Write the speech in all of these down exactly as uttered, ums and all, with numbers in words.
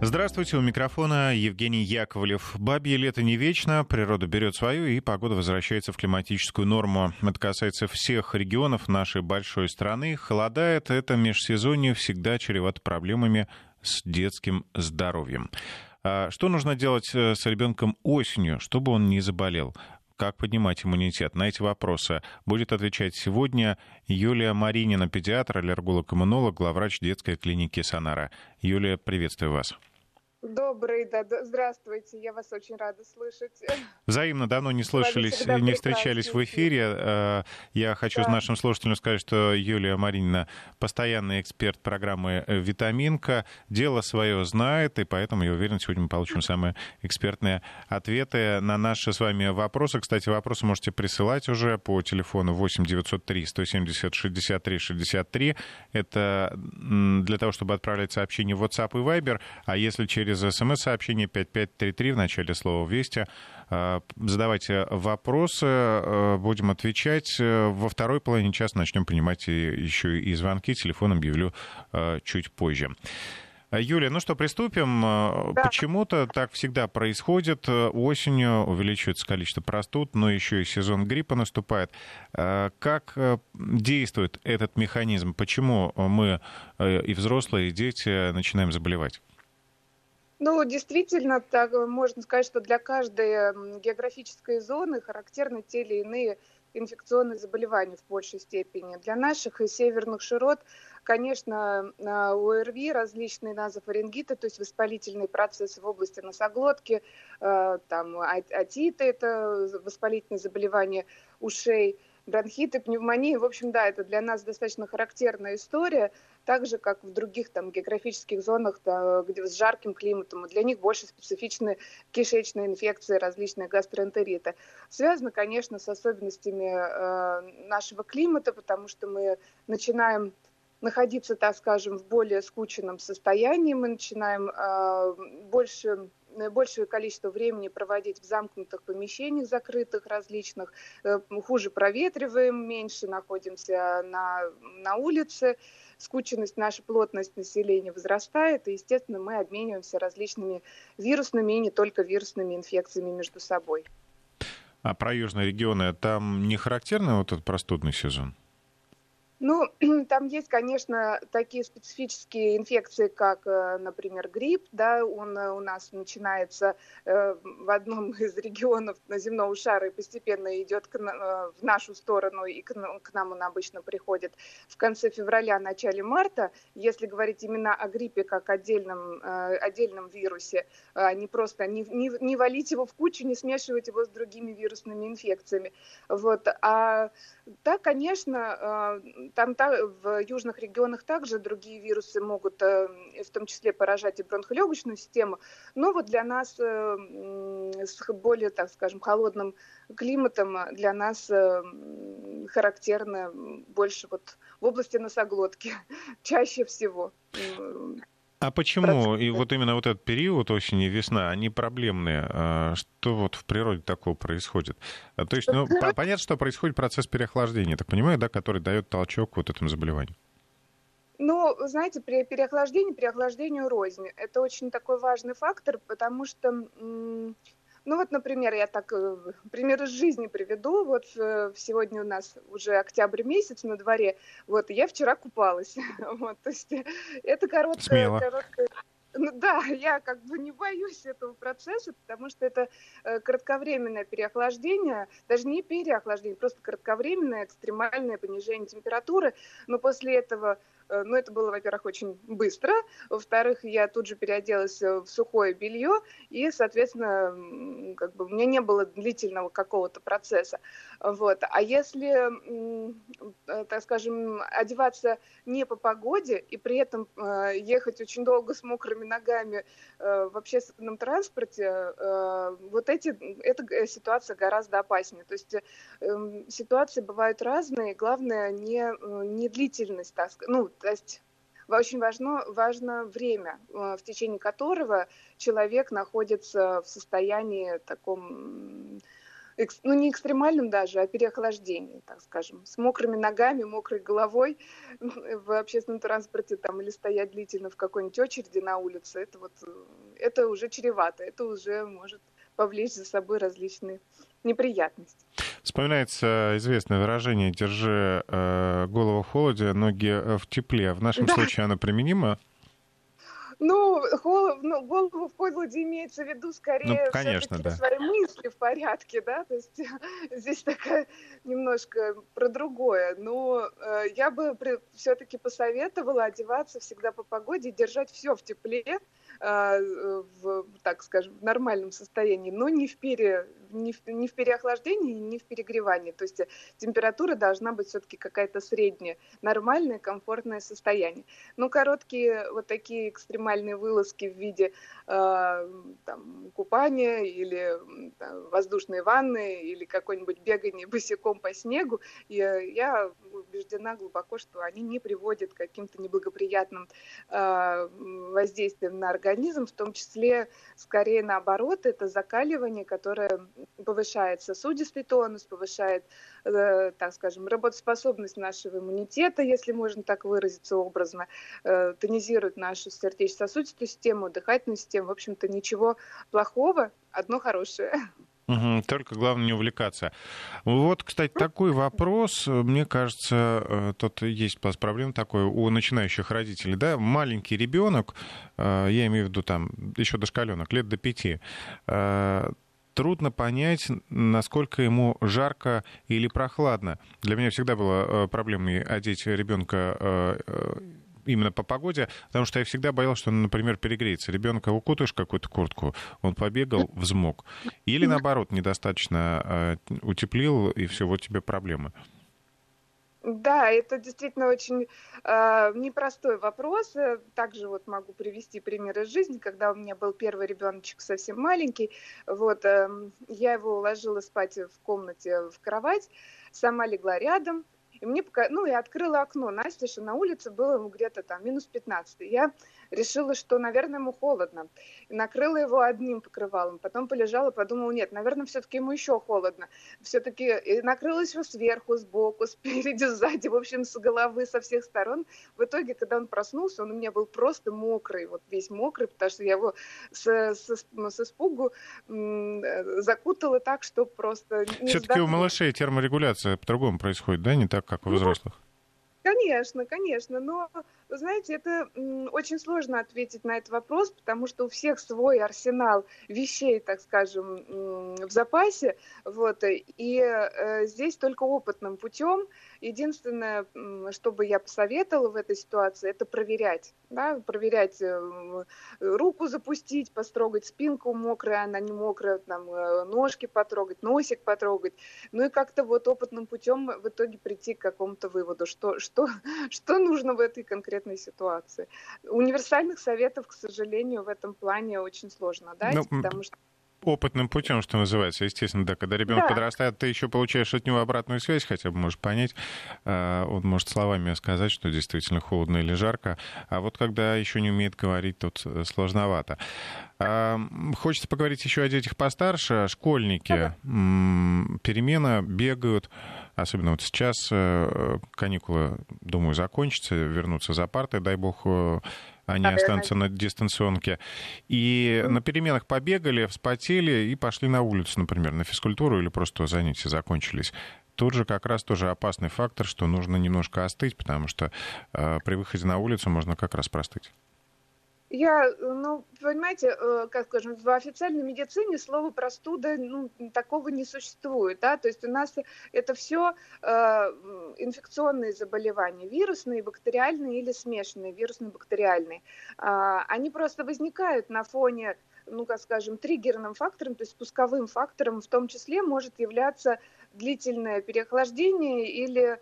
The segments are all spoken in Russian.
Здравствуйте, у микрофона Евгений Яковлев. Бабье лето не вечно, природа берет свое, и погода возвращается в климатическую норму. Это касается всех регионов нашей большой страны. Холодает, это межсезонье всегда чревато проблемами с детским здоровьем. Что нужно делать с ребенком осенью, чтобы он не заболел? Как поднимать иммунитет? На эти вопросы будет отвечать сегодня Юлия Маринина, педиатр, аллерголог-иммунолог, главврач детской клиники «Сонара». Юлия, приветствую вас. Добрый, да, здравствуйте, я вас очень рада слышать. Взаимно, давно не слышались и не встречались в эфире. Я хочу да. нашим слушателям сказать, что Юлия Маринина постоянный эксперт программы «Витаминка», дело свое знает, и поэтому, я уверен, сегодня мы получим самые экспертные ответы на наши с вами вопросы. Кстати, вопросы можете присылать уже по телефону восемь девятьсот три сто семьдесят шестьдесят три шестьдесят три. Это для того, чтобы отправлять сообщения в WhatsApp и Viber, а если через смс-сообщение пять пять три три в начале слова «Вести». Задавайте вопросы, будем отвечать. Во второй половине часа начнем принимать еще и звонки. Телефон объявлю чуть позже. Юлия, ну что, приступим. Да. Почему-то так всегда происходит. Осенью увеличивается количество простуд, но еще и сезон гриппа наступает. Как действует этот механизм? Почему мы, и взрослые, и дети, начинаем заболевать? Ну, действительно, так можно сказать, что для каждой географической зоны характерны те или иные инфекционные заболевания в большей степени. Для наших и северных широт, конечно, ОРВИ, различные назофарингиты, то есть воспалительные процессы в области носоглотки, там отиты, это воспалительные заболевания ушей, бронхиты, пневмонии. В общем, да, это для нас достаточно характерная история, так же, как в других там географических зонах, да, где с жарким климатом. Для них больше специфичны кишечные инфекции, различные гастроэнтериты. Связано, конечно, с особенностями э, нашего климата, потому что мы начинаем находиться, так скажем, в более скученном состоянии, мы начинаем э, больше... большее количество времени проводить в замкнутых помещениях, закрытых, различных, хуже проветриваем, меньше находимся на, на улице, скученность, наша плотность населения возрастает, и, естественно, мы обмениваемся различными вирусными и не только вирусными инфекциями между собой. А про южные регионы там не характерный вот этот простудный сезон? Ну, там есть, конечно, такие специфические инфекции, как, например, грипп, да, он у нас начинается э, в одном из регионов земного шара и постепенно идет к, э, в нашу сторону, и к, к нам он обычно приходит в конце февраля, начале марта. Если говорить именно о гриппе как отдельном, э, отдельном вирусе, а не просто не, не, не валить его в кучу, не смешивать его с другими вирусными инфекциями. Вот. А да, конечно, э, там в южных регионах также другие вирусы могут в том числе поражать и бронхолегочную систему, но вот для нас с более, так скажем, холодным климатом для нас характерно больше вот в области носоглотки чаще всего. А почему и вот именно вот этот период осени, весна, они проблемные? Что вот в природе такого происходит? То есть, ну, понятно, что происходит процесс переохлаждения, так понимаю, да, который дает толчок вот этому заболеванию. Ну, знаете, при переохлаждении, переохлаждению рознь. Это очень такой важный фактор, потому что... Ну вот, например, я так пример из жизни приведу. Вот сегодня у нас уже октябрь месяц на дворе. Вот я вчера купалась. Вот, то есть это короткая, короткая. Ну да, я как бы не боюсь этого процесса, потому что это э, кратковременное переохлаждение, даже не переохлаждение, просто кратковременное экстремальное понижение температуры. Но после этого, э, ну это было, во-первых, очень быстро, во-вторых, я тут же переоделась в сухое белье, и, соответственно, как бы у меня не было длительного какого-то процесса. Вот. А если, э, так скажем, одеваться не по погоде и при этом э, ехать очень долго с мокрыми ногами э, в общественном транспорте, э, вот эти, эта ситуация гораздо опаснее. То есть э, ситуации бывают разные, главное не, не длительность, так сказать, ну, то есть очень важно, важно время, в течение которого человек находится в состоянии таком экс, ну не экстремальном даже, а переохлаждении, так скажем, с мокрыми ногами, мокрой головой в общественном транспорте там или стоять длительно в какой-нибудь очереди на улице, это вот, э, это уже чревато, это уже может повлечь за собой различные неприятности. Вспоминается известное выражение «держи э, голову в холоде, ноги э, в тепле». В нашем Да. случае оно применимо? Ну, холод, ну, голову в холоде имеется в виду Ну, скорее конечно, все-таки да. свои мысли в порядке, да, то есть здесь такая немножко про другое. Но э, я бы все-таки посоветовала одеваться всегда по погоде и держать все в тепле, э, в, так скажем, в нормальном состоянии, но не в, пере, не в, не в переохлаждении, не в перегревании. То есть температура должна быть все-таки какая-то средняя, нормальное, комфортное состояние. Ну, короткие вот такие экстремальные вылазки в виде э, там, купания или там, воздушной ванны или какой-нибудь бегание босиком по снегу, и я убеждена глубоко, что они не приводят к каким-то неблагоприятным э, воздействиям на организм, в том числе, скорее наоборот, это закаливание, которое повышает сосудистый тонус, повышает, э, так скажем, работоспособность нашего иммунитета, если можно так выразиться образно, э, тонизирует нашу сердечно-сосудистую систему, дыхательную систему. В общем-то, ничего плохого, одно хорошее. Угу, только главное не увлекаться. Вот, кстати, такой вопрос, мне кажется, тут есть проблема такой у начинающих родителей, да, маленький ребенок, я имею в виду там еще дошколенок, лет до пяти, трудно понять, насколько ему жарко или прохладно. Для меня всегда было проблемой одеть ребенка именно по погоде, потому что я всегда боялся, что он, например, перегреется. Ребенка укутаешь какую-то куртку, он побегал, взмок. Или, наоборот, недостаточно э, утеплил, и все, вот тебе проблемы. Да, это действительно очень э, непростой вопрос. Также вот могу привести примеры из жизни, когда у меня был первый ребеночек совсем маленький. Вот, э, я его уложила спать в комнате в кровать, сама легла рядом. И мне пока, ну, я открыла окно, настежь, и на улице было где-то там минус пятнадцать. И я решила, что, наверное, ему холодно. И накрыла его одним покрывалом. Потом полежала, подумала, нет, наверное, все-таки ему еще холодно. Все-таки и накрылась его сверху, сбоку, спереди, сзади, в общем, с головы, со всех сторон. В итоге, когда он проснулся, он у меня был просто мокрый, вот весь мокрый, потому что я его с, с, с испугу м- закутала так, что просто не Все-таки у вздохнуть. малышей терморегуляция по-другому происходит, да, не так, как у взрослых? Конечно, конечно, но, вы знаете, это м, очень сложно ответить на этот вопрос, потому что у всех свой арсенал вещей, так скажем, м, в запасе, вот, и э, здесь только опытным путем. Единственное, м, что бы я посоветовала в этой ситуации, это проверять, да, проверять, э, руку запустить, построгать спинку, мокрая она, не мокрая, там, э, ножки потрогать, носик потрогать, ну и как-то вот опытным путем в итоге прийти к какому-то выводу, что, что, что нужно в этой конкретной ситуации. Универсальных советов, к сожалению, в этом плане очень сложно дать, Ну, потому что... опытным путем, что называется, естественно, да, когда ребенок Да. подрастает, ты еще получаешь от него обратную связь, хотя бы можешь понять, он может словами сказать, что действительно холодно или жарко, а вот когда еще не умеет говорить, тут сложновато. Хочется поговорить еще о детях постарше, школьники, ага. Перемена, бегают, особенно вот сейчас каникулы, думаю, закончатся, вернутся за парты, дай бог, они останутся на дистанционке. И на переменах побегали, вспотели и пошли на улицу, например, на физкультуру или просто занятия закончились. Тут же как раз тоже опасный фактор, что нужно немножко остыть, потому что э, при выходе на улицу можно как раз простыть. Я, ну, понимаете, как скажем, в официальной медицине слова простуда, ну, такого не существует, да, то есть у нас это все э, инфекционные заболевания, вирусные, бактериальные или смешанные, вирусно-бактериальные. Э, они просто возникают на фоне, ну, как скажем, триггерным фактором, то есть пусковым фактором, в том числе может являться длительное переохлаждение или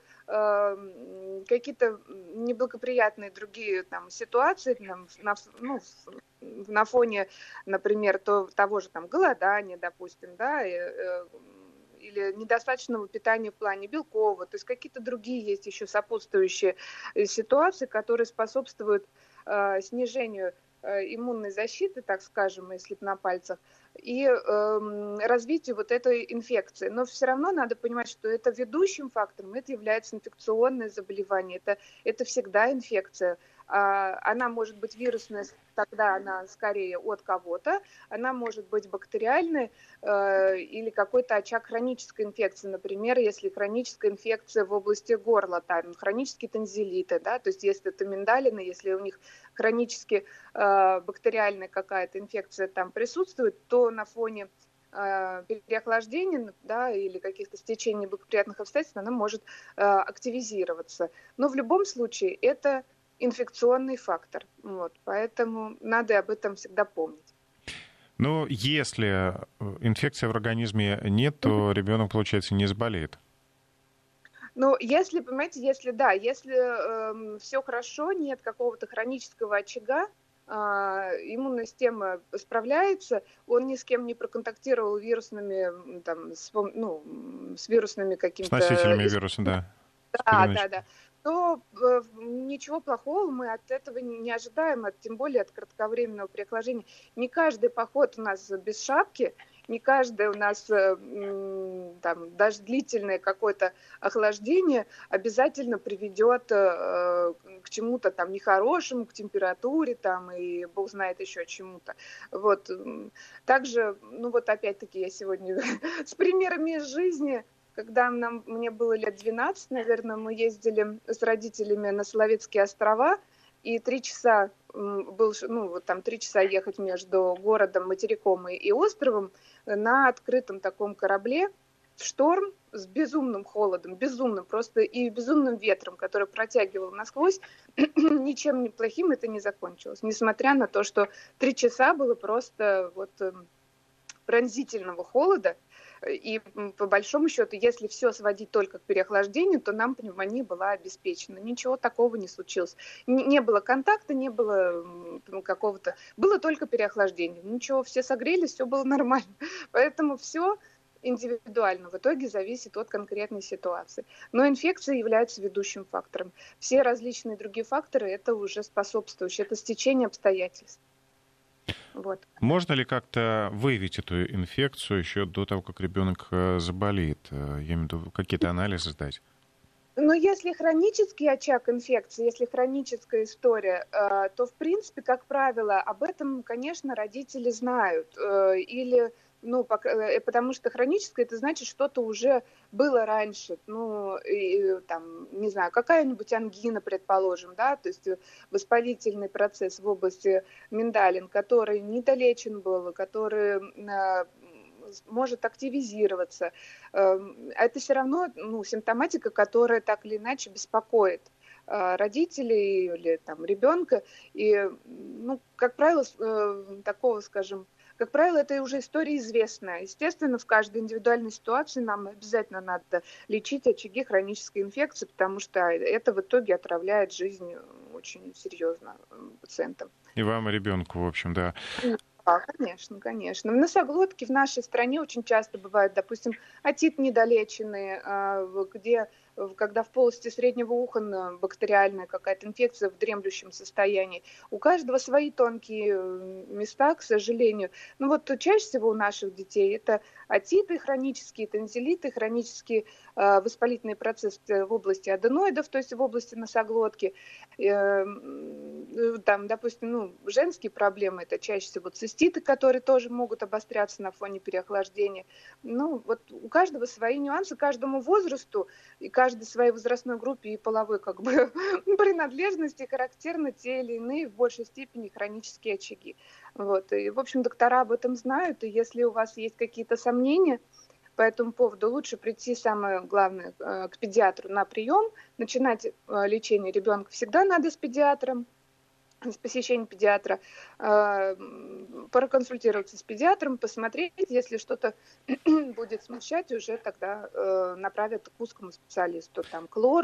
э, какие-то неблагоприятные другие там ситуации там, на, ну, на фоне, например, то, того же там голодания, допустим, да, и, э, или недостаточного питания в плане белкового, то есть какие-то другие есть еще сопутствующие ситуации, которые способствуют э, снижению иммунной защиты, так скажем, если на пальцах, и э, развитию вот этой инфекции. Но все равно надо понимать, что это ведущим фактором, это является инфекционное заболевание, это, это всегда инфекция. А, она может быть вирусная, тогда она скорее от кого-то, она может быть бактериальной э, или какой-то очаг хронической инфекции, например, если хроническая инфекция в области горла, там, хронические танзелиты, да, то есть если это миндалины, если у них хронически э, бактериальная какая-то инфекция там присутствует, то на фоне э, переохлаждения, да, или каких-то стечений благоприятных обстоятельств она может э, активизироваться. Но в любом случае это инфекционный фактор. Вот, поэтому надо об этом всегда помнить. Но если инфекции в организме нет, то ребенок, получается, не заболеет. Ну, если, понимаете, если да, если э, все хорошо, нет какого-то хронического очага, э, иммунная система справляется, он ни с кем не проконтактировал вирусными, там, с, ну, с вирусными какими-то... С носителями вируса, да. Да, да, да. То э, ничего плохого мы от этого не ожидаем, от, тем более от кратковременного переохлаждения. Не каждый поход у нас без шапки, не каждое у нас э, там, даже длительное какое-то охлаждение обязательно приведет э, к чему-то там нехорошему, к температуре там, и бог знает еще чему-то. Вот. Также, ну вот опять-таки я сегодня с примерами из жизни. Когда нам, мне было лет двенадцать, наверное, мы ездили с родителями на Соловецкие острова, и три часа был, ну, вот там три часа ехать между городом, материком и, и островом на открытом таком корабле в шторм с безумным холодом, безумным просто и безумным ветром, который протягивал насквозь. Ничем не плохим это не закончилось, несмотря на то, что три часа было просто вот пронзительного холода. И по большому счету, если все сводить только к переохлаждению, то нам пневмония была обеспечена. Ничего такого не случилось. Не было контакта, не было какого-то... Было только переохлаждение. Ничего, все согрелись, все было нормально. Поэтому все индивидуально в итоге зависит от конкретной ситуации. Но инфекция является ведущим фактором. Все различные другие факторы — это уже способствующие, это стечение обстоятельств. Вот. Можно ли как-то выявить эту инфекцию еще до того, как ребенок заболеет? Я имею в виду, какие-то анализы сдать? Ну, если хронический очаг инфекции, если хроническая история, то, в принципе, как правило, об этом, конечно, родители знают. Или, ну, потому что хроническое — это значит, что-то уже было раньше. Ну, и, там, не знаю, какая-нибудь ангина, предположим, да, то есть воспалительный процесс в области миндалин, который недолечен был, который может активизироваться. Это все равно, ну, симптоматика, которая так или иначе беспокоит родителей или там ребенка. И, ну, как правило, такого, скажем, как правило, это уже история известная. Естественно, в каждой индивидуальной ситуации нам обязательно надо лечить очаги хронической инфекции, потому что это в итоге отравляет жизнь очень серьезно пациентам. И вам, и ребенку, в общем, да. Да, конечно, конечно. В носоглотке в нашей стране очень часто бывают, допустим, отит недолеченный, где, когда в полости среднего уха бактериальная какая-то инфекция в дремлющем состоянии. У каждого свои тонкие места, к сожалению. Ну вот чаще всего у наших детей это отиты хронические, танзелиты, хронические воспалительные процессы в области аденоидов, то есть в области носоглотки. Там, допустим, ну, женские проблемы — это чаще всего циститы, которые тоже могут обостряться на фоне переохлаждения. Ну, вот у каждого свои нюансы, каждому возрасту и каждой своей возрастной группе и половой как бы принадлежности характерны те или иные в большей степени хронические очаги. Вот. И, в общем, доктора об этом знают, и если у вас есть какие-то сомнения по этому поводу, лучше прийти, самое главное, к педиатру на прием. Начинать лечение ребенка всегда надо с педиатром, с посещением педиатра, проконсультироваться с педиатром, посмотреть, если что-то будет смущать, уже тогда направят к узкому специалисту, там, к лору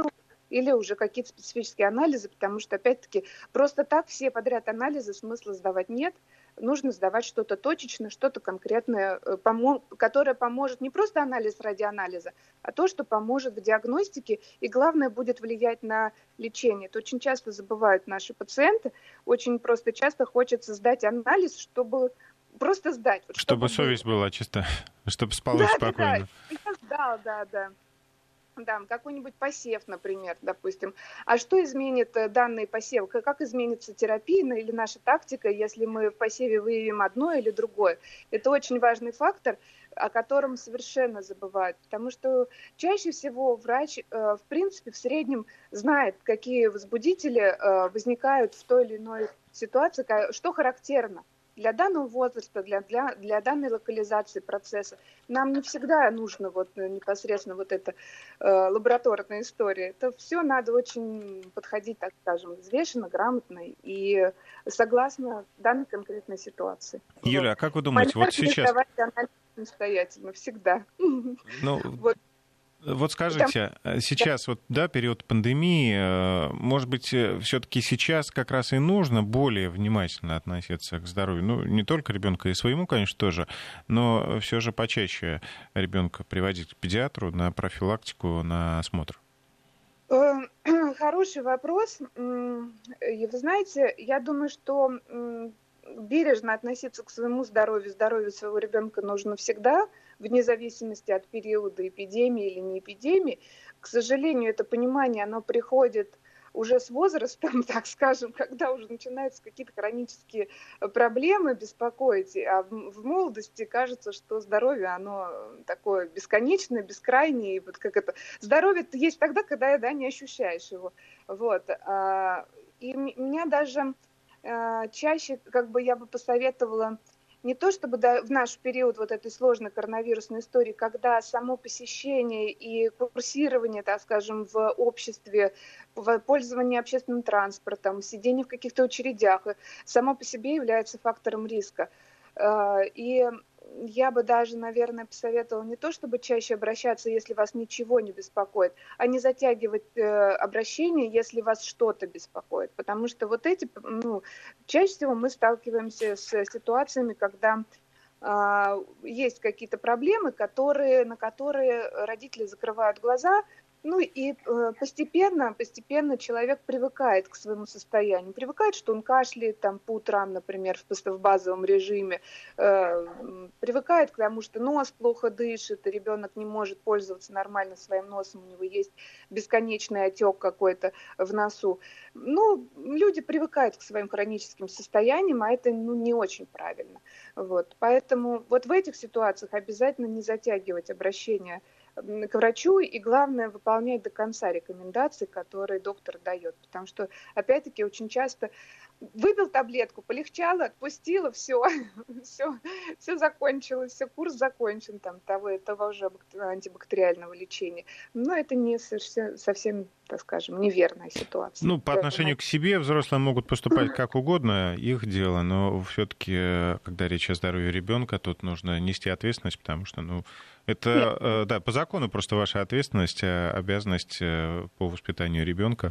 или уже какие-то специфические анализы, потому что, опять-таки, просто так все подряд анализы смысла сдавать нет. Нужно сдавать что-то точечное, что-то конкретное, которое поможет не просто анализ ради анализа, а то, что поможет в диагностике и, главное, будет влиять на лечение. Это очень часто забывают наши пациенты. Очень просто часто хочется сдать анализ, чтобы просто сдать. Вот, чтобы, чтобы совесть было. была чиста, чтобы спалось да, спокойно. Да, да, да. Да, какой-нибудь посев, например, допустим. А что изменит данный посев? Как изменится терапия или наша тактика, если мы в посеве выявим одно или другое? Это очень важный фактор, о котором совершенно забывают. Потому что чаще всего врач, в принципе, в среднем знает, какие возбудители возникают в той или иной ситуации, что характерно для данного возраста, для, для, для данной локализации процесса. Нам не всегда нужно вот непосредственно вот эта э, лабораторная история. Это все надо очень подходить, так скажем, взвешенно, грамотно и согласно данной конкретной ситуации. Юля, вот. А как вы думаете, Понятно, вот сейчас... самостоятельно, всегда. Ну... Вот. Вот скажите, сейчас вот, да, период пандемии, может быть, все-таки сейчас как раз и нужно более внимательно относиться к здоровью, ну, не только ребенка, и своему, конечно, тоже, но все же почаще ребенка приводить к педиатру на профилактику, на осмотр? Хороший вопрос. Вы знаете, я думаю, что бережно относиться к своему здоровью, здоровью своего ребенка нужно всегда, вне зависимости от периода эпидемии или не эпидемии. К сожалению, это понимание, оно приходит уже с возрастом, так скажем, когда уже начинаются какие-то хронические проблемы беспокоить. А в молодости кажется, что здоровье, оно такое бесконечное, бескрайнее. И вот как это... Здоровье есть тогда, когда, да, не ощущаешь его. Вот. И меня даже чаще, как бы я бы посоветовала, не то чтобы в наш период вот этой сложной коронавирусной истории, когда само посещение и курсирование, так скажем, в обществе, пользование общественным транспортом, сидение в каких-то очередях, само по себе является фактором риска. И я бы даже, наверное, посоветовала не то, чтобы чаще обращаться, если вас ничего не беспокоит, а не затягивать э, обращение, если вас что-то беспокоит. Потому что вот эти, ну, чаще всего мы сталкиваемся с ситуациями, когда э, есть какие-то проблемы, которые, на которые родители закрывают глаза. Ну и э, постепенно, постепенно человек привыкает к своему состоянию. Привыкает, что он кашляет там, по утрам, например, в, в базовом режиме. Э, привыкает к тому, что нос плохо дышит, и ребенок не может пользоваться нормально своим носом, у него есть бесконечный отек какой-то в носу. Ну, люди привыкают к своим хроническим состояниям, а это ну, не очень правильно. Вот. Поэтому вот в этих ситуациях обязательно не затягивать обращение к врачу и, главное, выполнять до конца рекомендации, которые доктор дает. Потому что, опять-таки, очень часто выпил таблетку, полегчало, отпустило, все, все, все закончилось, все, курс закончен там, того, того же антибактериального лечения. Но это не совсем, совсем, так скажем, неверная ситуация. Ну, по отношению к себе взрослые могут поступать как угодно, их дело, но все-таки, когда речь о здоровье ребенка, тут нужно нести ответственность, потому что, ну, это, да, по закону просто ваша ответственность, обязанность по воспитанию ребенка,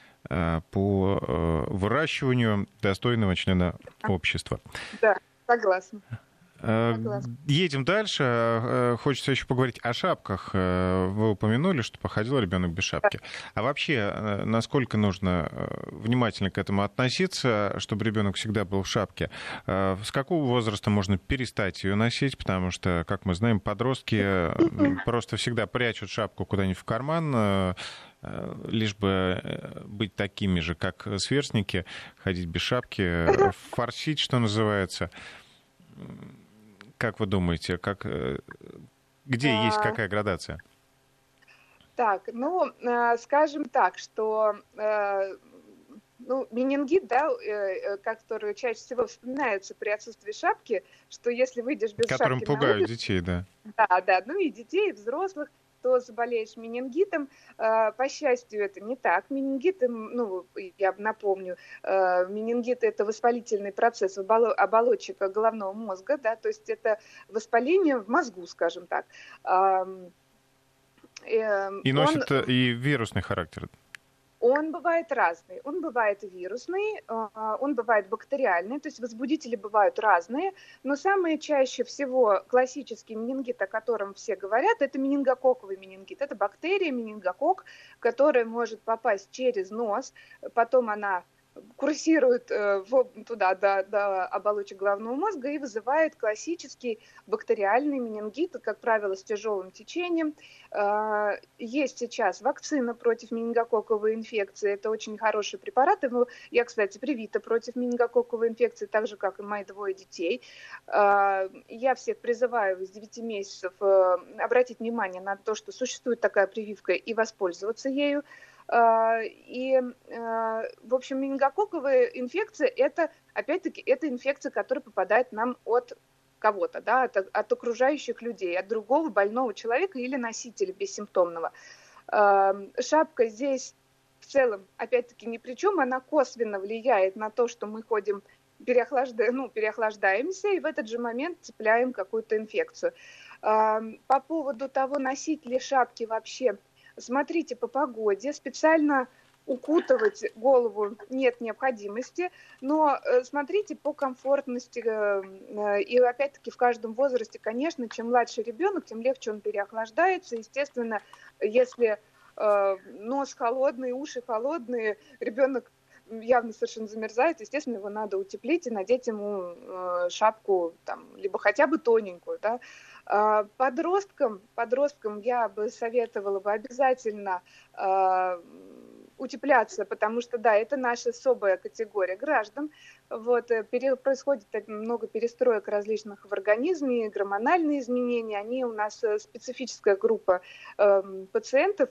по выращиванию достойного члена общества. Да, согласна. Едем дальше. Хочется еще поговорить о шапках. Вы упомянули, что походил ребенок без шапки. А вообще, насколько нужно внимательно к этому относиться, чтобы ребенок всегда был в шапке? С какого возраста можно перестать ее носить? Потому что, как мы знаем, подростки просто всегда прячут шапку куда-нибудь в карман, лишь бы быть такими же, как сверстники, ходить без шапки, форсить, что называется. Как вы думаете, как, где а... есть какая градация? Так, ну, скажем так, что ну, менингит, да, который чаще всего вспоминается при отсутствии шапки, что если выйдешь без Которым шапки... Которым пугают улицу, детей, да. Да, да, ну и детей, и взрослых, то заболеешь менингитом. По счастью, это не так. Менингит, ну, я напомню, менингит – это воспалительный процесс оболочек головного мозга, да, то есть это воспаление в мозгу, скажем так. И носит Он... и вирусный характер. Он бывает разный. Он бывает вирусный, он бывает бактериальный, то есть возбудители бывают разные, но самые чаще всего классический менингит, о котором все говорят, это менингококковый менингит. Это бактерия, менингококк, которая может попасть через нос, потом она курсирует э, в, туда до, до оболочек головного мозга и вызывает классический бактериальный менингит, как правило, с тяжелым течением. Э, есть сейчас вакцина против менингококковой инфекции. Это очень хороший препарат. Его, я, кстати, привита против менингококковой инфекции, так же, как и мои двое детей. Э, я всех призываю с девяти месяцев э, обратить внимание на то, что существует такая прививка, и воспользоваться ею. И, в общем, менингококковая инфекция – это, опять-таки, это инфекция, которая попадает нам от кого-то, да, от, от окружающих людей, от другого больного человека или носителя бессимптомного. Шапка здесь в целом, опять-таки, ни при чем, она косвенно влияет на то, что мы ходим, переохлаждаем, ну, переохлаждаемся и в этот же момент цепляем какую-то инфекцию. По поводу того, носить ли шапки вообще, смотрите по погоде, специально укутывать голову нет необходимости, но смотрите по комфортности. И опять-таки в каждом возрасте, конечно, чем младше ребенок, тем легче он переохлаждается. Естественно, если нос холодный, уши холодные, ребенок явно совершенно замерзает, естественно, его надо утеплить и надеть ему шапку, там, либо хотя бы тоненькую, да. Подросткам, подросткам я бы советовала бы обязательно э, утепляться, потому что, да, это наша особая категория граждан. Вот, пере, происходит много перестроек различных в организме, гормональные изменения. Они у нас специфическая группа э, пациентов,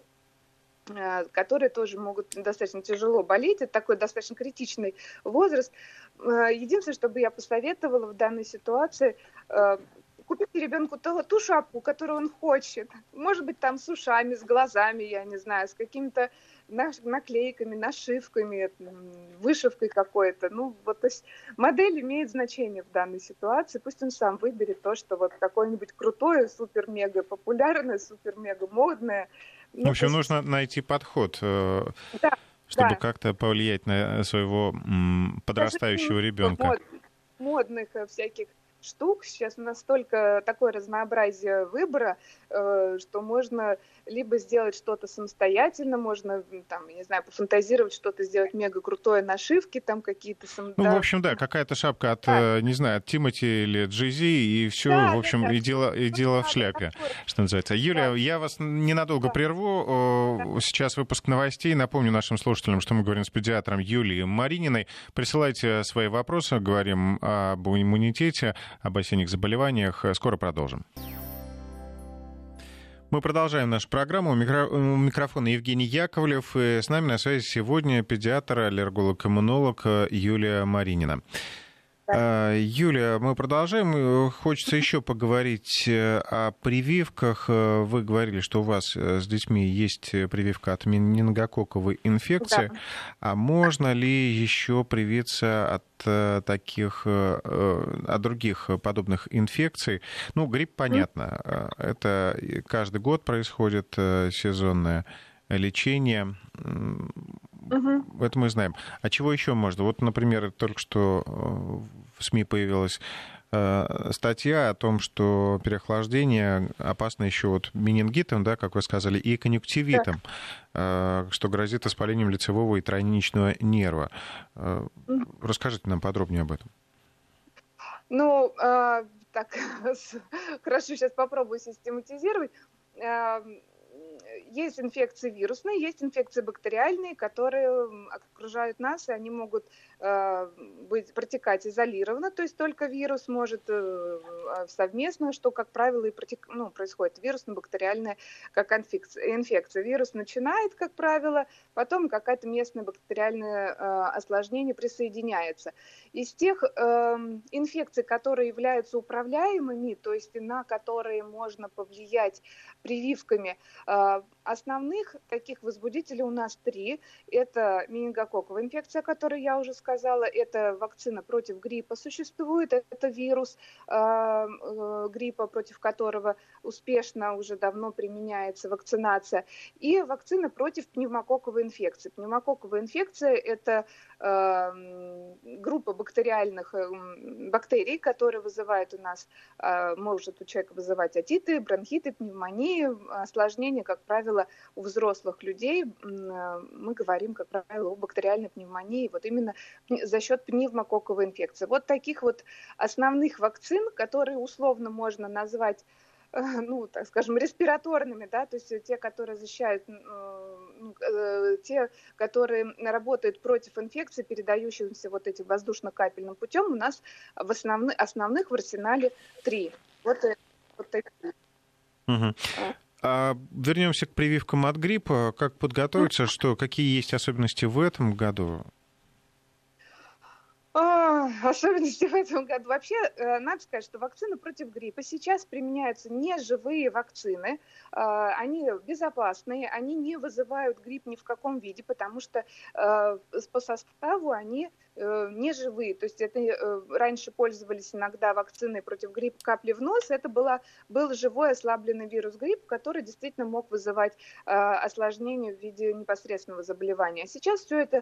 э, которые тоже могут достаточно тяжело болеть. Это такой достаточно критичный возраст. Э, единственное, что бы я посоветовала в данной ситуации – купите ребенку ту, ту шапку, которую он хочет. Может быть, там с ушами, с глазами, я не знаю, с какими-то наклейками, нашивками, вышивкой какой-то. Ну, вот, то есть модель имеет значение в данной ситуации. Пусть он сам выберет то, что вот какое-нибудь крутое, супер-мега популярное, супер-мега модное. Ну, в общем, есть... нужно найти подход, да, чтобы да. как-то повлиять на своего подрастающего даже ребенка. Мод, модных всяких штук. Сейчас настолько такое разнообразие выбора, э, что можно либо сделать что-то самостоятельно, можно, там, я не знаю, пофантазировать, что-то сделать мега крутое, нашивки там какие-то. Сам, ну, да. в общем, да, какая-то шапка от, да. не знаю, от Тимати или Джей-Зи, и все, да, в общем, да, да. и дело, и дело в шляпе, такое. Что называется. Юлия, да. я вас ненадолго да. прерву. Да. Сейчас выпуск новостей. Напомню нашим слушателям, что мы говорим с педиатром Юлией Марининой. Присылайте свои вопросы, говорим об иммунитете, об осенних заболеваниях. Скоро продолжим. Мы продолжаем нашу программу. У микрофона Евгений Яковлев. И с нами на связи сегодня педиатр, аллерголог-иммунолог Юлия Маринина. Да. Юлия, мы продолжаем. Хочется еще поговорить о прививках. Вы говорили, что у вас с детьми есть прививка от менингококковой инфекции. Да. А можно ли еще привиться от таких, от других подобных инфекций? Ну, грипп, понятно. Mm. Это каждый год происходит сезонное лечение. Угу. Это мы знаем. А чего еще можно? Вот, например, только что в СМИ появилась статья о том, что переохлаждение опасно еще вот менингитом, да, как вы сказали, и конъюнктивитом, да. что грозит воспалением лицевого и тройничного нерва. Угу. Расскажите нам подробнее об этом. Ну, э, так, хорошо, сейчас попробую систематизировать. Есть инфекции вирусные, есть инфекции бактериальные, которые окружают нас, и они могут э, быть, протекать изолированно, то есть только вирус может э, совместно, что, как правило, и протек, ну, происходит вирусно-бактериальная как инфекция. инфекция. Вирус начинает, как правило, потом какая-то местное бактериальное э, осложнение присоединяется. Из тех э, инфекций, которые являются управляемыми, то есть на которые можно повлиять прививками, э, основных таких возбудителей у нас три. Это менингококковая инфекция, о которой я уже сказала. Это вакцина против гриппа существует. Это вирус э, э, гриппа, против которого успешно уже давно применяется вакцинация. И вакцина против пневмококковой инфекции. Пневмококковая инфекция – это э, группа бактериальных э, бактерий, которые вызывают у нас, э, может у человека вызывать отиты, бронхиты, пневмонии, осложнения, как правило, у взрослых людей. Мы говорим, как правило, о бактериальной пневмонии, вот именно за счет пневмококковой инфекции. Вот таких вот основных вакцин, которые условно можно назвать, ну, так скажем, респираторными, да, то есть те, которые защищают, ну, те, которые работают против инфекции, передающихся вот этим воздушно-капельным путем, у нас в основных, основных в арсенале три. Вот, вот такие. Угу. А вернемся к прививкам от гриппа. Как подготовиться? Что, какие есть особенности в этом году? О, особенности в этом году. Вообще, надо сказать, что вакцины против гриппа сейчас применяются не живые вакцины. Они безопасные, они не вызывают грипп ни в каком виде, потому что по составу они не живые. То есть это раньше пользовались иногда вакциной против гриппа капли в нос. Это была, был живой ослабленный вирус гриппа, который действительно мог вызывать осложнения в виде непосредственного заболевания. А сейчас все это,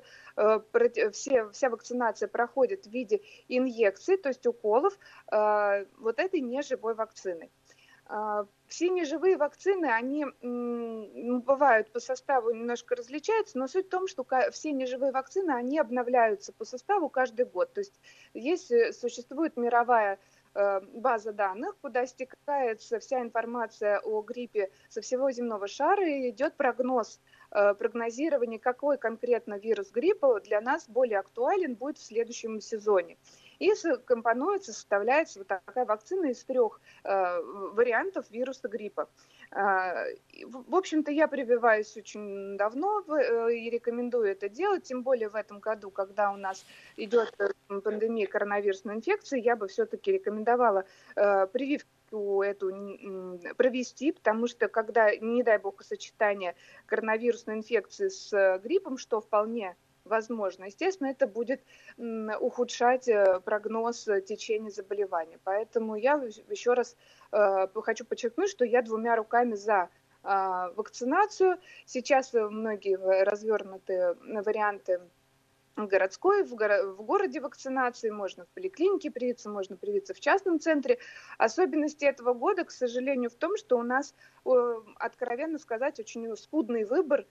все, вся вакцинация проходит в виде инъекций, то есть уколов э, вот этой неживой вакцины. Э, все неживые вакцины, они м, бывают по составу немножко различаются, но суть в том, что все неживые вакцины, они обновляются по составу каждый год. То есть есть, существует мировая база данных, куда стекается вся информация о гриппе со всего земного шара, и идет прогноз, прогнозирование, какой конкретно вирус гриппа для нас более актуален будет в следующем сезоне. И компонуется, составляется вот такая вакцина из трех э, вариантов вируса гриппа. Э, в общем-то, я прививаюсь очень давно э, и рекомендую это делать, тем более в этом году, когда у нас идет пандемия коронавирусной инфекции, я бы все-таки рекомендовала э, прививку эту провести, потому что когда, не дай бог, сочетание коронавирусной инфекции с гриппом, что вполне возможно, естественно, это будет ухудшать прогноз течения заболевания. Поэтому я еще раз э, хочу подчеркнуть, что я двумя руками за э, вакцинацию. Сейчас многие развернуты варианты городской, в, горо- в городе вакцинации, можно в поликлинике привиться, можно привиться в частном центре. Особенности этого года, к сожалению, в том, что у нас, э, откровенно сказать, очень скудный выбор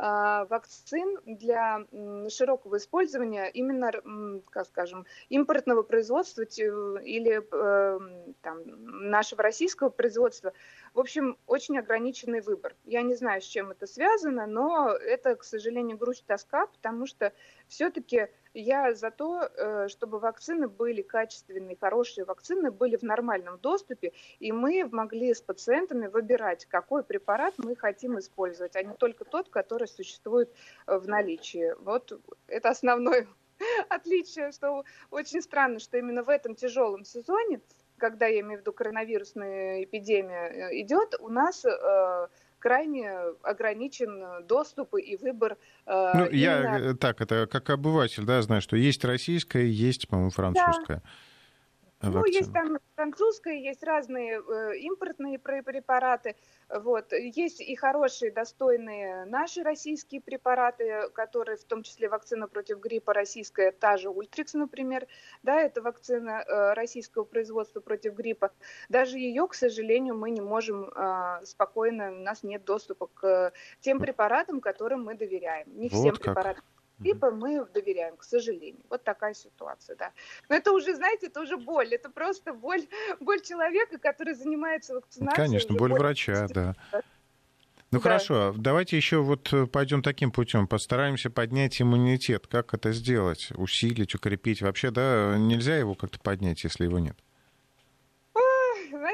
вакцин для широкого использования именно, как скажем, импортного производства или там, нашего российского производства. В общем, очень ограниченный выбор. Я не знаю, с чем это связано, но это, к сожалению, грусть, тоска, потому что все-таки я за то, чтобы вакцины были качественные, хорошие вакцины были в нормальном доступе, и мы могли с пациентами выбирать, какой препарат мы хотим использовать, а не только тот, который существует в наличии. Вот это основное отличие, что очень странно, что именно в этом тяжелом сезоне, когда, я имею в виду, коронавирусная эпидемия идет, у нас крайне ограничен доступ и выбор. Ну, именно... Я так, это как обыватель, да, знаю, что есть российская, есть, по-моему, французская. Да. Ну, есть там французская, есть разные э, импортные препараты. Вот. Есть и хорошие, достойные наши российские препараты, которые, в том числе вакцина против гриппа российская, та же Ультрикс, например, да, это вакцина э, российского производства против гриппа. Даже ее, к сожалению, мы не можем э, спокойно, у нас нет доступа к тем препаратам, которым мы доверяем. Не вот всем как. препаратам гриппа мы доверяем, к сожалению. Вот такая ситуация, да. Но это уже, знаете, это уже боль. Это просто боль, боль человека, который занимается вакцинацией. Конечно, боль, боль врача, да. Ну да. Хорошо, давайте еще вот пойдем таким путем, постараемся поднять иммунитет. Как это сделать? Усилить, укрепить? Вообще, да, нельзя его как-то поднять, если его нет?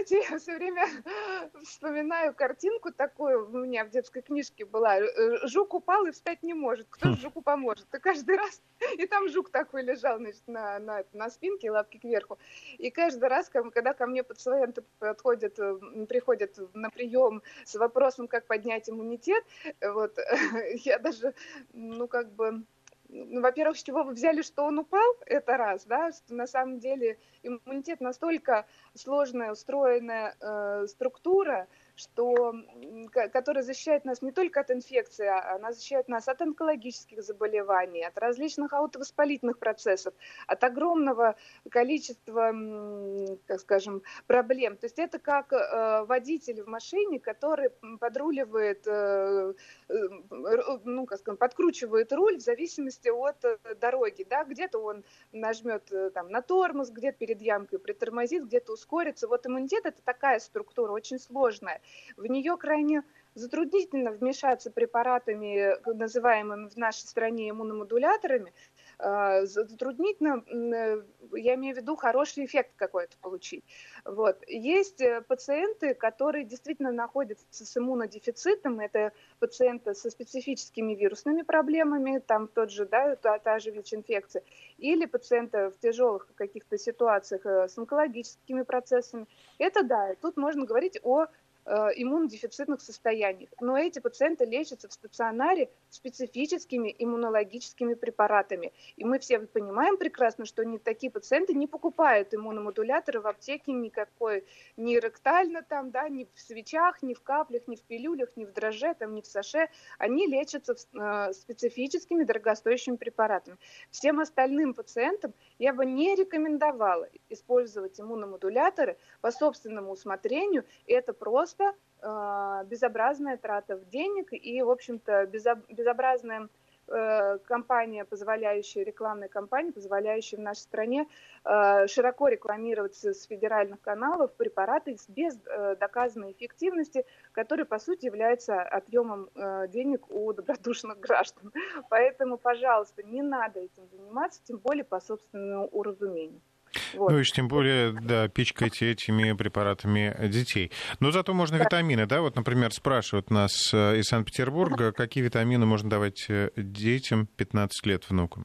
знаете, я все время вспоминаю картинку такую, у меня в детской книжке была, жук упал и встать не может, кто же жуку поможет? И каждый раз, и там жук такой лежал, значит, на, на, на спинке, лапки кверху, и каждый раз, когда ко мне пациенты подходят, приходят на прием с вопросом, как поднять иммунитет, вот, я даже, ну, как бы... Ну, во-первых, с чего вы взяли, что он упал, это раз, да, что на самом деле иммунитет настолько сложная, устроенная э, структура, что, которая защищает нас не только от инфекции, а она защищает нас от онкологических заболеваний, от различных аутовоспалительных процессов, от огромного количества, так скажем, проблем. То есть это как э, водитель в машине, который подруливает, э, э, ну, как скажем, подкручивает руль в зависимости от дороги. Да? Где-то он нажмет там, на тормоз, где-то перед ямкой притормозит, где-то ускорится. Вот иммунитет – это такая структура, очень сложная. В нее крайне затруднительно вмешаться препаратами, называемыми в нашей стране иммуномодуляторами. Затруднительно, я имею в виду, хороший эффект какой-то получить. Вот. Есть пациенты, которые действительно находятся с иммунодефицитом. Это пациенты со специфическими вирусными проблемами, там тот же, да, та, та же ВИЧ-инфекция, или пациенты в тяжелых каких-то ситуациях с онкологическими процессами. Это да, тут можно говорить о иммунодефицитных состояниях. Но эти пациенты лечатся в стационаре специфическими иммунологическими препаратами. И мы все понимаем прекрасно, что не, такие пациенты не покупают иммуномодуляторы в аптеке никакой, ни ректально, там, да, ни в свечах, ни в каплях, ни в пилюлях, ни в драже, там, ни в саше. Они лечатся э, специфическими дорогостоящими препаратами. Всем остальным пациентам я бы не рекомендовала использовать иммуномодуляторы по собственному усмотрению. Это просто э, безобразная трата денег и, в общем-то, безоб, безобразная э, кампания, позволяющая, рекламная кампания, позволяющая в нашей стране э, широко рекламироваться с федеральных каналов препараты без э, доказанной эффективности, которые, по сути, являются отъемом э, денег у добродушных граждан. Поэтому, пожалуйста, не надо этим заниматься, тем более по собственному уразумению. Вот. Ну и тем более, да, пичкайте этими препаратами детей. Но зато можно витамины, да? Вот, например, спрашивают нас из Санкт-Петербурга, какие витамины можно давать детям пятнадцать лет, внукам?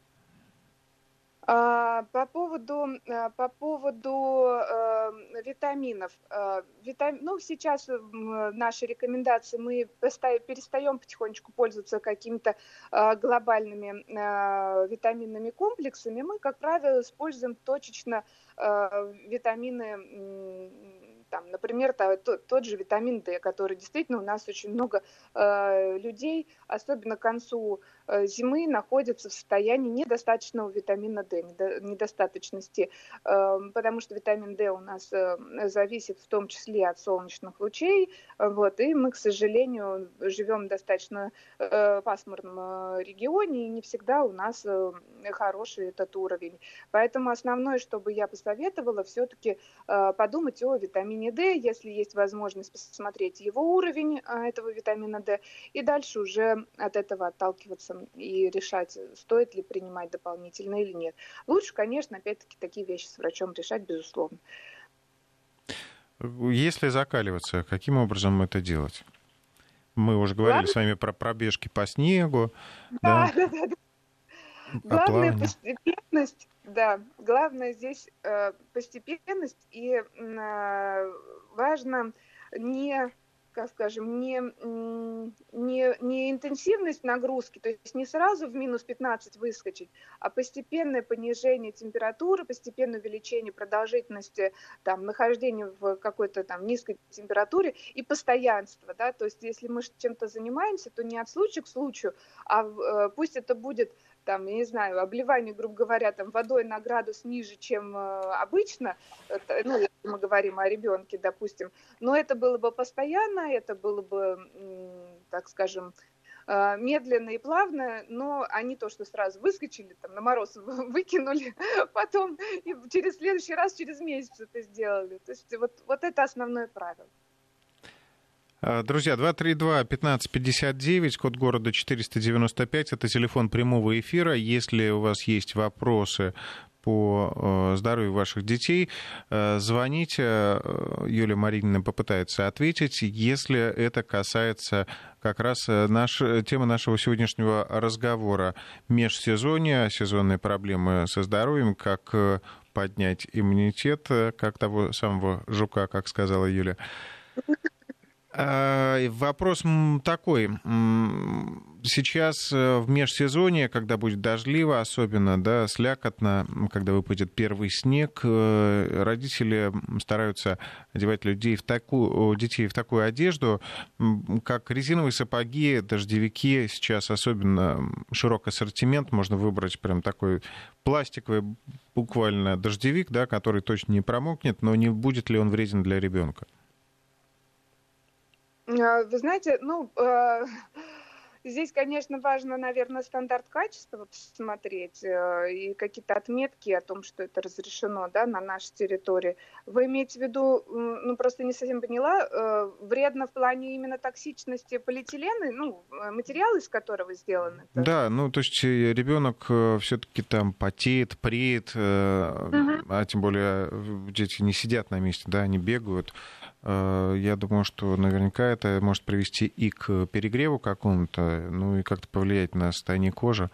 По поводу, по поводу э, витаминов. Э, витам... Ну, сейчас наши рекомендации, мы перестаем потихонечку пользоваться какими-то э, глобальными э, витаминными комплексами. Мы, как правило, используем точечно э, витамины, там, например, тот, тот же витамин D, который действительно у нас очень много э, людей, особенно к концу э, зимы, находятся в состоянии недостаточного витамина D, недо, недостаточности, э, потому что витамин D у нас э, зависит в том числе от солнечных лучей, вот, и мы, к сожалению, живем в достаточно э, пасмурном э, регионе, и не всегда у нас э, хороший этот уровень. Поэтому основное, что бы я посоветовала, все-таки э, подумать о витамине D, если есть возможность посмотреть его уровень этого витамина D, и дальше уже от этого отталкиваться и решать, стоит ли принимать дополнительно или нет. Лучше, конечно, опять-таки такие вещи с врачом решать, безусловно. Если закаливаться, каким образом это делать? Мы уже говорили Главное... с вами про пробежки по снегу. Да, да, да. да. Главное постепенность, да, главное здесь э, постепенность, и э, важно не, как скажем, не, не, не интенсивность нагрузки, то есть не сразу в минус пятнадцать выскочить, а постепенное понижение температуры, постепенное увеличение продолжительности там, нахождения в какой-то там низкой температуре и постоянство, да, то есть если мы чем-то занимаемся, то не от случая к случаю, а э, пусть это будет там, я не знаю, обливание, грубо говоря, там, водой на градус ниже, чем э, обычно, это, ну, если мы говорим о ребенке, допустим, но это было бы постоянно, это было бы, м, так скажем, э, медленно и плавно, но а не то, что сразу выскочили, там, на мороз выкинули, потом и через следующий раз, через месяц это сделали. То есть вот, вот это основное правило. Друзья, два три два пятнадцать пятьдесят девять, код города четыреста девяносто пять, это телефон прямого эфира. Если у вас есть вопросы по здоровью ваших детей, звоните, Юлия Маринина попытается ответить, если это касается как раз наш, темы нашего сегодняшнего разговора — межсезонье, сезонные проблемы со здоровьем, как поднять иммунитет, как того самого жука, как сказала Юля. Вопрос такой. Сейчас в межсезонье, когда будет дождливо, особенно, да, слякотно, когда выпадет первый снег, родители стараются одевать людей в такую, детей в такую одежду, как резиновые сапоги, дождевики. Сейчас особенно широкий ассортимент, можно выбрать прям такой пластиковый буквально дождевик, да, который точно не промокнет, но не будет ли он вреден для ребенка? Вы знаете, ну, э, здесь, конечно, важно, наверное, стандарт качества посмотреть э, и какие-то отметки о том, что это разрешено, да, на нашей территории. Вы имеете в виду, ну, просто не совсем поняла, э, вредно в плане именно токсичности полиэтилена, ну, материал, из которого сделан это? Да, ну, то есть ребенок все-таки там потеет, преет, э, угу. а тем более дети не сидят на месте, да, они бегают. Я думаю, что наверняка это может привести и к перегреву какому-то, ну и как-то повлиять на состояние кожи.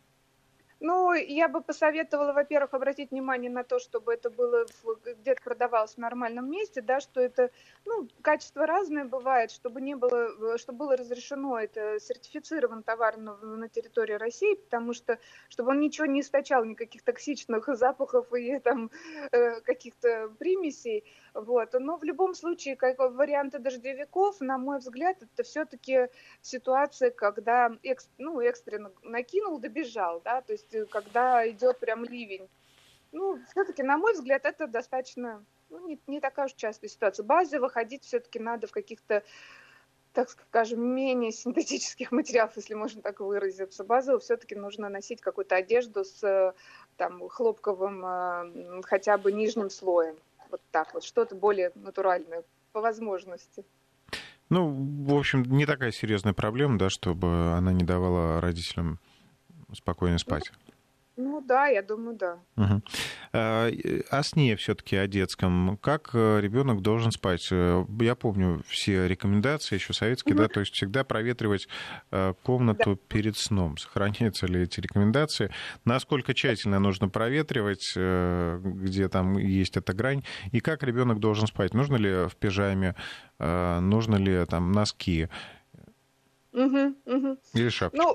Ну, я бы посоветовала, во-первых, обратить внимание на то, чтобы это было где-то продавалось в нормальном месте, да, что это, ну, качество разное бывает, чтобы не было, чтобы было разрешено, это сертифицирован товар на, на территории России, потому что, чтобы он ничего не источал, никаких токсичных запахов и там э, каких-то примесей, вот. Но в любом случае, как варианты дождевиков, на мой взгляд, это все-таки ситуация, когда экс, ну, экстренно накинул, добежал, да, то есть когда идет прям ливень. Ну, все-таки, на мой взгляд, это достаточно, ну, не, не такая уж частая ситуация. Базе выходить все-таки надо в каких-то, так скажем, менее синтетических материалов, если можно так выразиться. Базово все-таки нужно носить какую-то одежду с там, хлопковым хотя бы нижним слоем. Вот так вот, что-то более натуральное по возможности. Ну, в общем, не такая серьезная проблема, да, чтобы она не давала родителям спокойно спать. Ну да, я думаю, да. Угу. О сне все-таки, о детском. Как ребенок должен спать? Я помню все рекомендации, еще советские, угу. да, то есть всегда проветривать комнату да. перед сном. Сохраняются ли эти рекомендации? Насколько тщательно нужно проветривать, где там есть эта грань? И как ребенок должен спать? Нужно ли в пижаме? Нужно ли там носки? Угу, угу. Или шапочки? Ну...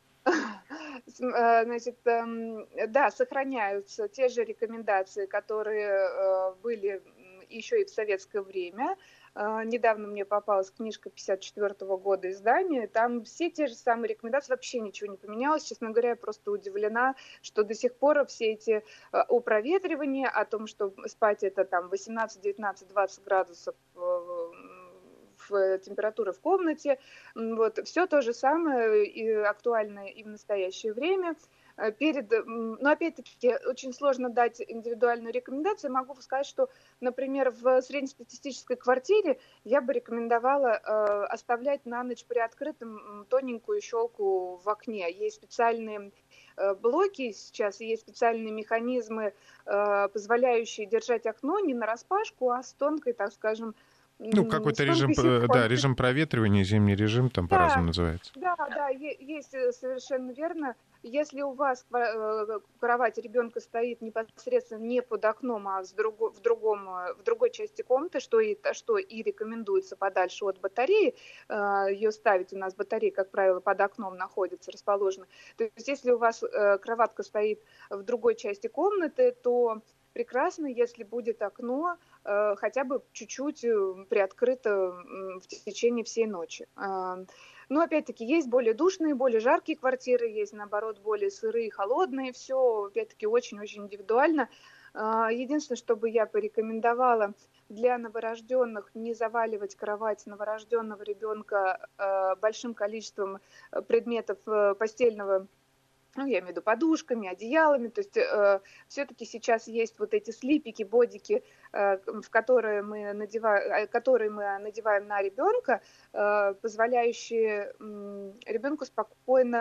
Значит, да, сохраняются те же рекомендации, которые были еще и в советское время. Недавно мне попалась книжка пятьдесят четвёртого года издания, там все те же самые рекомендации, вообще ничего не поменялось. Честно говоря, я просто удивлена, что до сих пор все эти о проветривании, о том, что спать это там восемнадцать, девятнадцать, двадцать градусов температуры в комнате. Вот. Все то же самое и актуально и в настоящее время. Перед, но опять-таки очень сложно дать индивидуальную рекомендацию. Могу сказать, что, например, в среднестатистической квартире я бы рекомендовала э, оставлять на ночь приоткрытым тоненькую щелку в окне. Есть специальные э, блоки сейчас, есть специальные механизмы, э, позволяющие держать окно не нараспашку, а с тонкой, так скажем, ну, какой-то режим, да, режим проветривания, зимний режим там да, по-разному называется. Да, да, есть совершенно верно. Если у вас кровать ребенка стоит непосредственно не под окном, а в, друго, в, другом, в другой части комнаты, что и, что и рекомендуется подальше от батареи, ее ставить, у нас батарея, как правило, под окном находится, расположена. То есть если у вас кроватка стоит в другой части комнаты, то прекрасно, если будет окно э, хотя бы чуть-чуть приоткрыто в течение всей ночи. Э, но опять-таки есть более душные, более жаркие квартиры, есть наоборот более сырые, холодные. Все опять-таки очень-очень индивидуально. Э, единственное, что бы я порекомендовала для новорожденных, не заваливать кровать новорожденного ребенка э, большим количеством предметов э, постельного, ну, я имею в виду подушками, одеялами, то есть э, все-таки сейчас есть вот эти слипики, бодики, э, в которые мы надеваем, которые мы надеваем на ребенка, э, позволяющие э, ребенку спокойно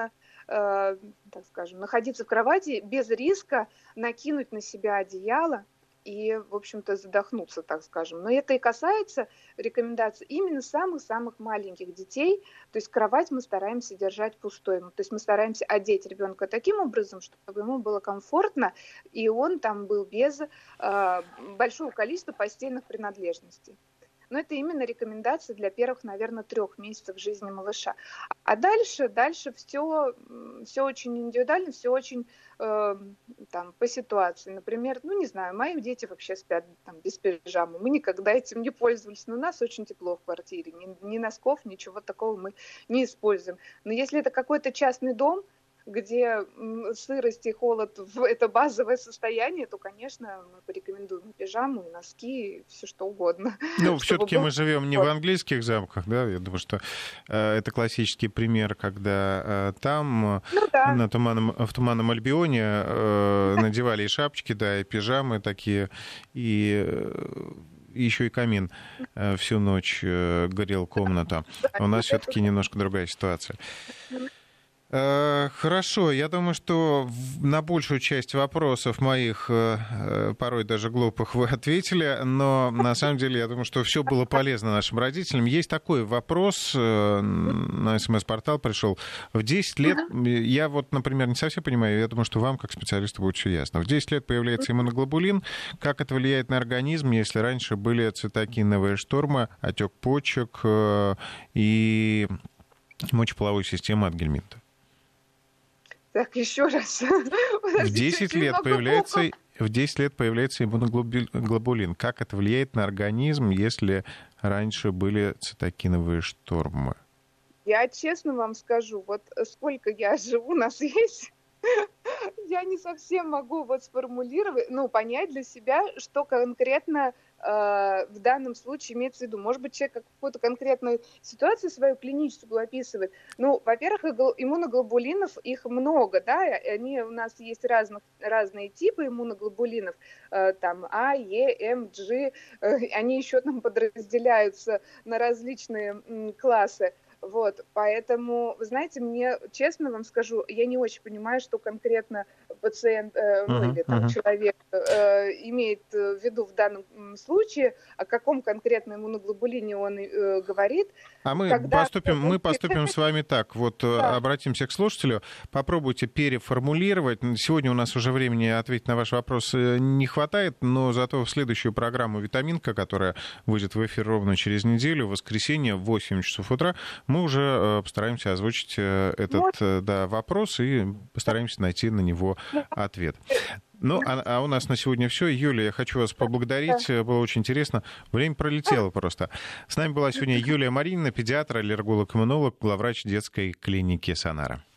э, так скажем, находиться в кровати без риска накинуть на себя одеяло и, в общем-то, задохнуться, так скажем. Но это и касается рекомендаций именно самых-самых маленьких детей. То есть кровать мы стараемся держать пустой. То есть мы стараемся одеть ребенка таким образом, чтобы ему было комфортно, и он там был без э, большого количества постельных принадлежностей. Но это именно рекомендации для первых, наверное, трех месяцев жизни малыша. А дальше, дальше все, все очень индивидуально, все очень э, там, по ситуации. Например, ну не знаю, мои дети вообще спят там, без пижамы. Мы никогда этим не пользовались, но у нас очень тепло в квартире. Ни, ни носков, ничего такого мы не используем. Но если это какой-то частный дом, где сырость и холод – это базовое состояние, то, конечно, мы порекомендуем пижаму, и носки, и все что угодно. Ну, все-таки мы живем не в английских замках, да? Я думаю, что э, это классический пример, когда э, там, ну, да. на туманном, в Туманном Альбионе э, надевали и шапочки, да, и пижамы такие, и... Э, еще и камин э, всю ночь э, горел комната. У нас все-таки немножко другая ситуация. Хорошо, я думаю, что на большую часть вопросов моих, порой даже глупых, вы ответили, но на самом деле я думаю, что все было полезно нашим родителям. Есть такой вопрос, на СМС-портал пришел. В десять лет, я вот, например, не совсем понимаю, я думаю, что вам, как специалисту, будет все ясно. В десять лет появляется иммуноглобулин. Как это влияет на организм, если раньше были цитокиновые штормы, отек почек и мочеполовой системы от гельминта? Так, еще раз. В десять лет появляется, в десять лет появляется иммуноглобулин. Как это влияет на организм, если раньше были цитокиновые штормы? Я честно вам скажу, вот сколько я живу на свете, я не совсем могу вот сформулировать, ну, понять для себя, что конкретно э, в данном случае имеется в виду. Может быть, человек какую-то конкретную ситуацию свою клиническую описывает. Ну, во-первых, иммуноглобулинов их много, да, они у нас есть разных, разные типы иммуноглобулинов, э, там А, Е, М, G, э, они еще там подразделяются на различные м, классы. Вот, поэтому, вы знаете, мне, честно вам скажу, я не очень понимаю, что конкретно пациент э, ну, uh-huh, или там, uh-huh. человек э, имеет в виду в данном случае, о каком конкретно иммуноглобулине он э, говорит. А мы Когда... поступим, мы поступим с вами так, вот да. Обратимся к слушателю, попробуйте переформулировать. Сегодня у нас уже времени ответить на ваш вопрос не хватает, но зато в следующую программу «Витаминка», которая выйдет в эфир ровно через неделю, в воскресенье в восемь часов утра, мы уже постараемся озвучить этот да, вопрос и постараемся найти на него ответ. Ну, а, а у нас на сегодня все. Юлия, я хочу вас поблагодарить. Было очень интересно. Время пролетело просто. С нами была сегодня Юлия Маринина, педиатр, аллерголог-иммунолог, главврач детской клиники «Сонара».